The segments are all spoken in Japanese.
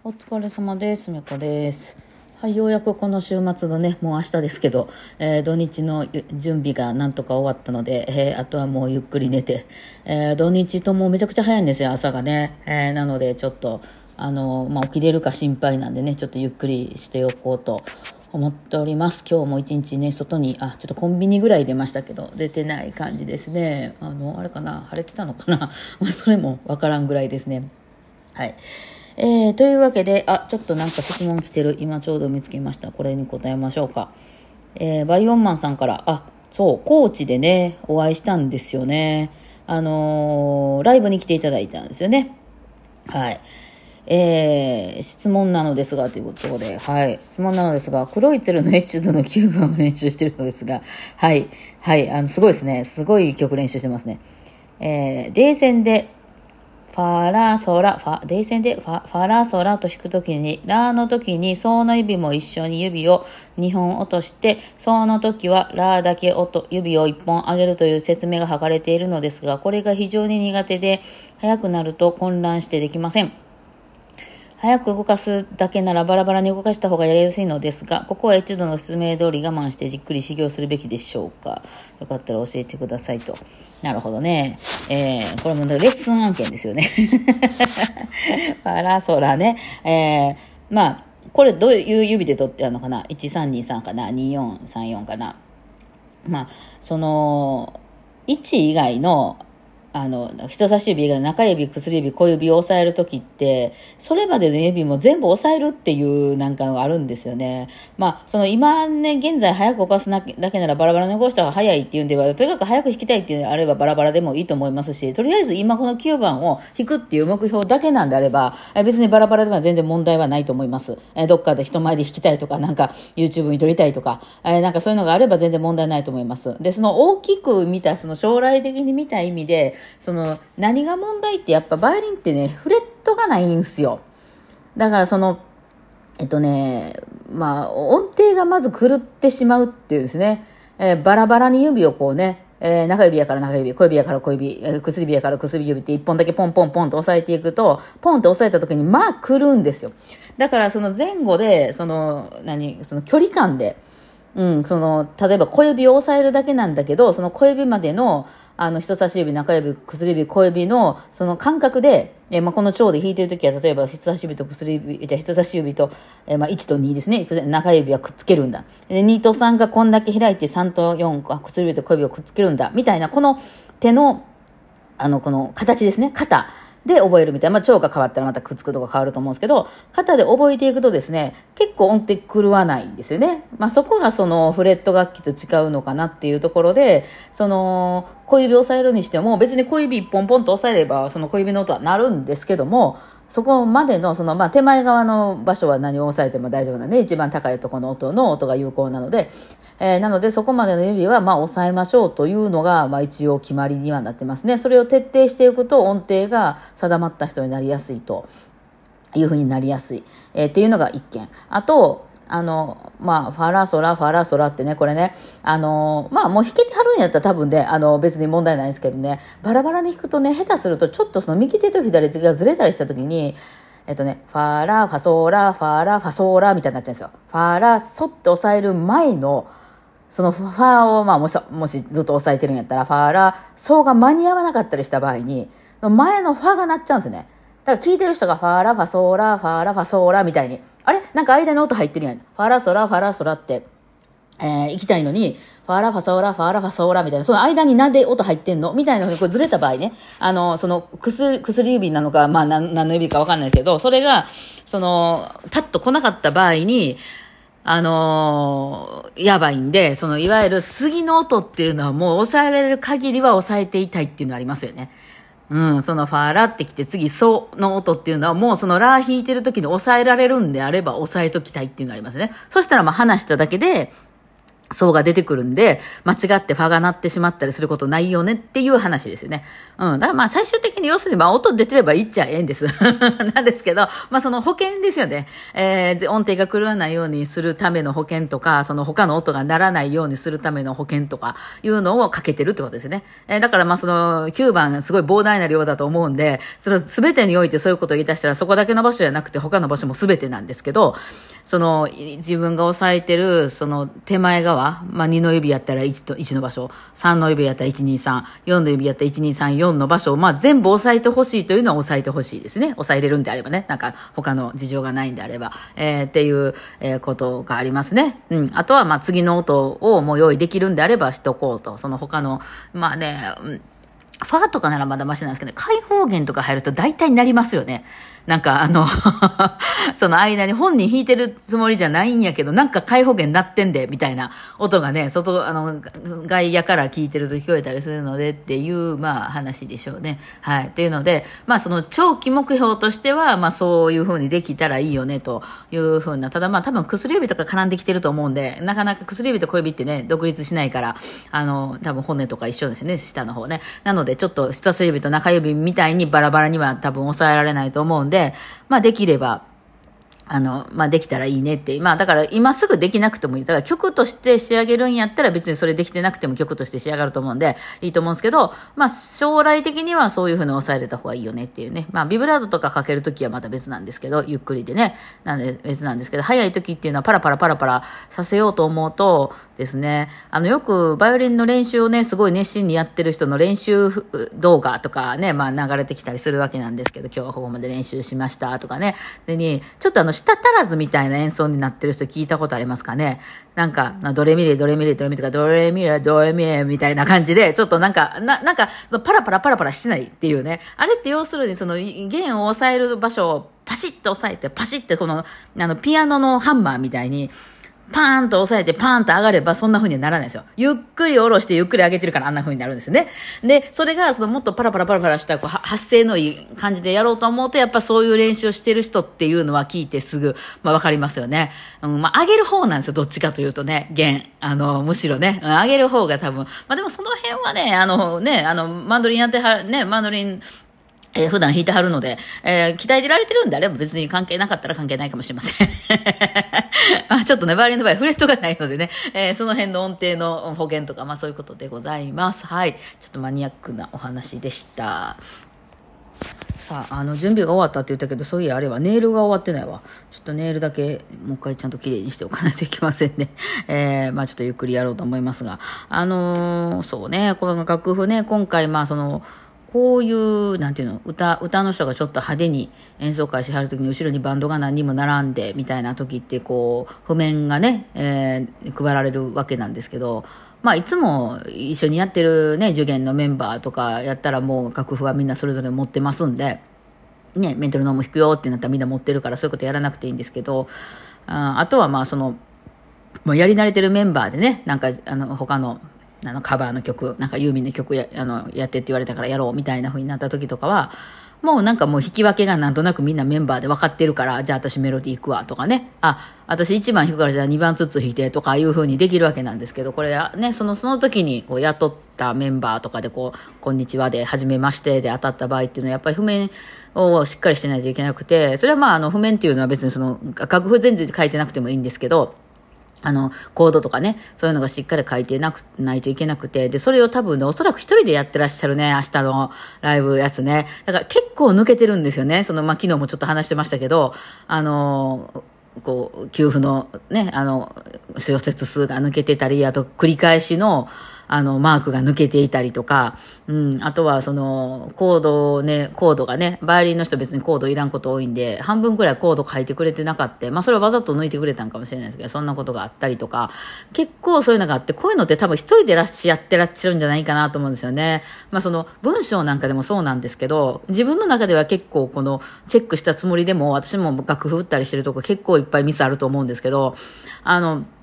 お疲れ様です。みこです。はい、ようやくこの週末のね、もう明日ですけど、土日の準備がなんとか終わったので、あとはもうゆっくり寝て、土日ともめちゃくちゃ早いんですよ、朝がね。なのでちょっと、起きれるか心配なんでね、ちょっとゆっくりしておこうと思っております。今日も一日ね、外に、ちょっとコンビニぐらい出ましたけど、出てない感じですね。あれかな、晴れてたのかなそれもわからんぐらいですね。はい。というわけで、ちょっとなんか質問来てる。今ちょうど見つけました。これに答えましょうか。バイオンマンさんから、そう、高知でね、お会いしたんですよね。ライブに来ていただいたんですよね。はい。質問なのですが、ということで、はい。質問なのですが、黒い鶴のエチュードの9番を練習してるのですが、はい。はい。すごいですね。すごい曲練習してますね。デイ線で、ファラソラ、デイ線でファラソラと弾くときに、ラの時にソの指も一緒に指を2本落として、ソの時はラだけ指を1本上げるという説明が書かれているのですが、これが非常に苦手で、早くなると混乱してできません。早く動かすだけならバラバラに動かした方がやりやすいのですが、ここはエチュードの説明通り我慢してじっくり修行するべきでしょうか。よかったら教えてくださいと。なるほどね。これもレッスン案件ですよね。パラソラね。これどういう指で取ってあるのかな？ 1323 かな？ 2434 かな？その、1以外の人差し指が中指、薬指、小指を押さえるときって、それまでの指も全部押さえるっていうなんかがあるんですよね。その今ね、現在早く動かすだけならバラバラに動かした方が早いっていうんでは、とにかく早く弾きたいっていうのであればバラバラでもいいと思いますし、とりあえず今この9番を弾くっていう目標だけなんであれば、別にバラバラでは全然問題はないと思います。どっかで人前で弾きたいとか、なんか YouTube に撮りたいとか、なんかそういうのがあれば全然問題ないと思います。で、その大きく見た、その将来的に見た意味で、その何が問題ってやっぱバイオリンってね、フレットがないんですよ。だから音程がまず狂ってしまうっていうですね、バラバラに指をこうね、中指やから中指、小指やから小指、薬指やから薬指って一本だけポンポンポンと押さえていくと、ポンと押さえた時に来るんですよ。だからその前後で、その距離感で、例えば小指を押さえるだけなんだけど、その小指までの、人差し指、中指、薬指、小指の、その感覚で、この腸で弾いてるときは、例えば人差し指と人差し指と、1と2ですね。中指はくっつけるんだ。で、2と3がこんだけ開いて、3と4、薬指と小指をくっつけるんだ。みたいな、この手の、この形ですね。肩。で覚えるみたいな。腸が変わったらまたくっつくとか変わると思うんですけど、肩で覚えていくとですね、結構音程狂わないんですよね。そこがそのフレット楽器と違うのかなっていうところで、その小指を押さえるにしても、別に小指一本ポンと押さえれば、その小指の音は鳴るんですけども、そこまでの手前側の場所は何を押さえても大丈夫なんで、一番高いところの音が有効なので、なのでそこまでの指は押さえましょうというのが一応決まりにはなってますね。それを徹底していくと音程が定まった人になりやすいというふうになりやすい、っていうのが一件。あとファラソラ、ファラソラってね、これね、もう弾けてはるんやったら多分ね、別に問題ないですけどね、バラバラに弾くとね、下手するとちょっとその右手と左手がずれたりした時に、ファラ、ファソラ、ファラ、ファソラみたいになっちゃうんですよ。ファラ、ソって押さえる前の、そのファを、もしずっと押さえてるんやったら、ファラ、ソが間に合わなかったりした場合に、前のファが鳴っちゃうんですよね。だから聞いてる人がファラ、ファソーラ、ファラ、ファソーラみたいに、あれなんか間の音入ってるやん。ファラソラ、ファラソラって、行きたいのに、ファラ、ファソーラ、ファラ、ファソーラみたいな、その間になんで音入ってんのみたいなのにこれずれた場合ね、その薬指なのか、何の指かわかんないけど、それが、パッと来なかった場合に、やばいんで、いわゆる次の音っていうのはもう抑えられる限りは抑えていたいっていうのありますよね。そのファーラってきて次ソの音っていうのはもうそのラー弾いてる時に抑えられるんであれば抑えときたいっていうのありますね。そしたら話しただけで、 層が出てくるんで、間違ってファが鳴ってしまったりすることないよねっていう話ですよね。だからまあ最終的に要するに音出てればいいっちゃええんです。なんですけど、その保険ですよね。音程が狂わないようにするための保険とか、その他の音が鳴らないようにするための保険とかいうのをかけてるってことですよね。だからその9番すごい膨大な量だと思うんで、それ全てにおいてそういうことを言い出したらそこだけの場所じゃなくて他の場所も全てなんですけど、その自分が押さえてるその手前側、2の指やったら1の場所、3の指やったら123、4の指やったら1234の場所を全部押さえてほしいというのは押さえてほしいですね。押さえれるんであればね、なんか他の事情がないんであれば、っていう、ことがありますね。あとは次の音をもう用意できるんであればしとこうと、その他のファーとかならまだマシなんですけど、開放弦とか入ると大体なりますよね。なんかその間に本人弾いてるつもりじゃないんやけど、なんか開放弦鳴ってんで、みたいな音がね、外野から聞いてると聞こえたりするのでっていう、話でしょうね。はい。というので、その長期目標としては、そういう風にできたらいいよね、という風な、ただ多分薬指とか絡んできてると思うんで、なかなか薬指と小指ってね、独立しないから、多分骨とか一緒ですよね、下の方ね。なので、ちょっと人差し指と中指みたいにバラバラには多分抑えられないと思うんで、できれば、できたらいいねって。だから今すぐできなくてもいい。だから曲として仕上げるんやったら別にそれできてなくても曲として仕上がると思うんでいいと思うんですけど、将来的にはそういう風に抑えれた方がいいよねっていうね。ビブラートとかかけるときはまた別なんですけど、ゆっくりでね。なんで別なんですけど、早いときっていうのはパラパラさせようと思うとですね、よくバイオリンの練習をね、すごい熱心にやってる人の練習動画とかね、流れてきたりするわけなんですけど、今日はここまで練習しましたとかね。でに、ちょっと舌足らずみたいな演奏になってる人聞いたことありますかね。なんか、ドレミレとか、ドレミレみたいな感じで、ちょっとそのパラパラしてないっていうね。あれって要するにその弦を押さえる場所をパシッと押さえて、パシッてこの、ピアノのハンマーみたいに、パーンと押さえてパーンと上がればそんな風にはならないですよ。ゆっくり下ろしてゆっくり上げてるからあんな風になるんですよね。で、それがもっとパラパラした発声のいい感じでやろうと思うとやっぱそういう練習をしてる人っていうのは聞いてすぐわかりますよね。上げる方なんですよ。どっちかというとね、弦。むしろね、上げる方が多分。でもその辺はね、マンドリンやってはる、ね、マンドリン、普段弾いてはるので、鍛えてられてるんであれば別に関係なかったら関係ないかもしれません。ちょっとね、バイオリンの場合フレットがないのでね、その辺の音程の保険とか、そういうことでございます。はい。ちょっとマニアックなお話でした。さあ、準備が終わったって言ったけど、そういやあれはネイルが終わってないわ。ちょっとネイルだけもう一回ちゃんと綺麗にしておかないといけませんね。ちょっとゆっくりやろうと思いますが。そうね、この楽譜ね、今回こういう、なんていうの、歌の人がちょっと派手に演奏会しはるときに後ろにバンドが何人も並んでみたいな時って譜面がね、配られるわけなんですけど、いつも一緒にやってるね、受験のメンバーとかやったらもう楽譜はみんなそれぞれ持ってますんで、ね、メントルノーム弾くよってなったらみんな持ってるからそういうことやらなくていいんですけど、あとはもうやり慣れてるメンバーでね、なんか他のカバーの曲、なんかユーミンの曲やってって言われたからやろうみたいな風になった時とかは、もう引き分けがなんとなくみんなメンバーで分かってるから、じゃあ私メロディー行くわとかね、私1番弾くからじゃあ2番ずつ弾いてとかいう風にできるわけなんですけど、これね、その時に雇ったメンバーとかでこんにちはで、はじめましてで当たった場合っていうのはやっぱり譜面をしっかりしてないといけなくて、それは譜面っていうのは別に楽譜全然書いてなくてもいいんですけど、コードとかね、そういうのがしっかり書いてないといけなくて、で、それを多分ね、おそらく一人でやってらっしゃるね、明日のライブやつね。だから結構抜けてるんですよね。昨日もちょっと話してましたけど、給付のね、小節数が抜けてたり、あと繰り返しの、マークが抜けていたりとか、あとはコードがね、バイオリンの人別にコードいらんこと多いんで、半分くらいコード書いてくれてなかった。それはわざと抜いてくれたんかもしれないですけど、そんなことがあったりとか、結構そういうのがあって、こういうのって多分一人でやってらっしゃるんじゃないかなと思うんですよね。文章なんかでもそうなんですけど、自分の中では結構チェックしたつもりでも、私も楽譜打ったりしてるとこ結構いっぱいミスあると思うんですけど、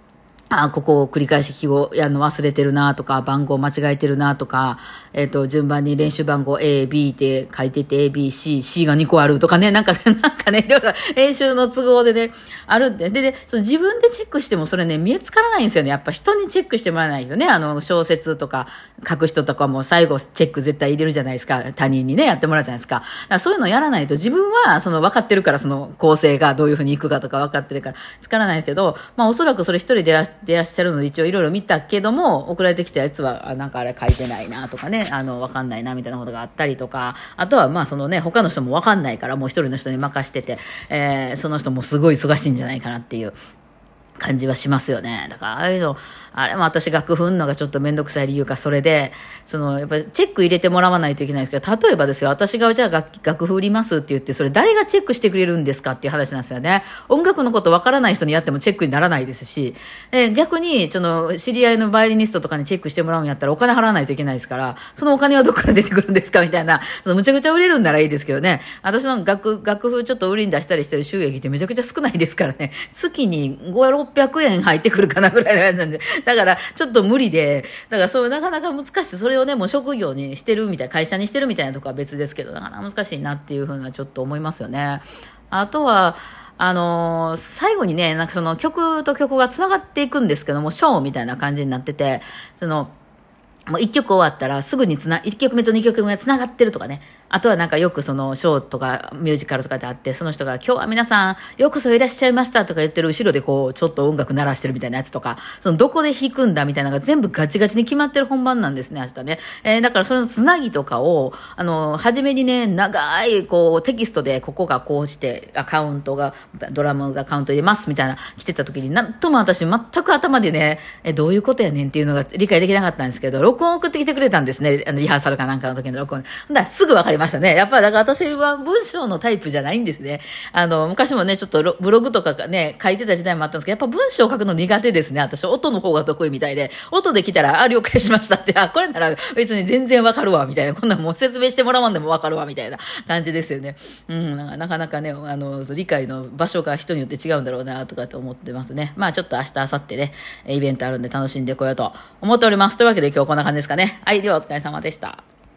ここを繰り返し記号やるの忘れてるなとか、番号間違えてるなとか、順番に練習番号 A、B って書いてて A、B、C、C が2個あるとかね、なんかね、いろいろ練習の都合でね、あるんで、その自分でチェックしてもそれね、見えつからないんですよね。やっぱ人にチェックしてもらわないとね、小説とか書く人とかも最後チェック絶対入れるじゃないですか。他人にね、やってもらうじゃないですか。だからそういうのやらないと自分は分かってるから、その構成がどういう風にいくかとか分かってるから、つからないけど、おそらくそれ一人でらっしゃるので一応いろいろ見たけども、送られてきたやつはなんかあれ書いてないなとかね、わかんないなみたいなことがあったりとか、あとは他の人もわかんないからもう一人の人に任してて、その人もすごい忙しいんじゃないかなっていう感じはしますよね。だからああいうの、あれも私楽譜んのがちょっとめんどくさい理由か、それで、やっぱりチェック入れてもらわないといけないんですけど、例えばですよ、私がじゃあ楽譜売りますって言って、それ誰がチェックしてくれるんですかっていう話なんですよね。音楽のことわからない人にやってもチェックにならないですし、逆に、知り合いのバイオリニストとかにチェックしてもらうんやったらお金払わないといけないですから、そのお金はどこから出てくるんですかみたいな、むちゃくちゃ売れるんならいいですけどね、私の楽譜ちょっと売りに出したりしてる収益ってめちゃくちゃ少ないですからね、月に5、600円入ってくるかなぐらいのやつなんで、だからちょっと無理で、だからなかなか難しい。それをね、もう職業にしてるみたいな、会社にしてるみたいなとこは別ですけど、なかなか難しいなっていうふうなちょっと思いますよね。あとは、最後にね、なんか曲と曲が繋がっていくんですけども、ショーみたいな感じになってて、もう一曲終わったらすぐに一曲目と二曲目が繋がってるとかね。あとはなんかよくショーとかミュージカルとかであって、その人が今日は皆さんようこそいらっしゃいましたとか言ってる後ろでちょっと音楽鳴らしてるみたいなやつとか、どこで弾くんだみたいなのが全部ガチガチに決まってる本番なんですね、明日ね。だからそのつなぎとかを、初めにね、長いテキストでここがこうして、ドラムがカウント入れますみたいな来てた時に、なんとも私全く頭でね、どういうことやねんっていうのが理解できなかったんですけど、録音送ってきてくれたんですね。リハーサルかなんかの時の録音。すぐわかりましたね。やっぱりだから私は文章のタイプじゃないんですね。昔もね、ちょっとブログとかね、書いてた時代もあったんですけど、やっぱ文章を書くの苦手ですね。私、音の方が得意みたいで、音で来たら、了解しましたって、これなら別に全然わかるわ、みたいな。こんなんもう説明してもらわんでもわかるわ、みたいな感じですよね。なかなかね、理解の場所が人によって違うんだろうな、とかって思ってますね。ちょっと明日、明後日ね、イベントあるんで楽しんでこようと思っております。というわけで今日こんな感じですかね。はい、ではお疲れ様でした。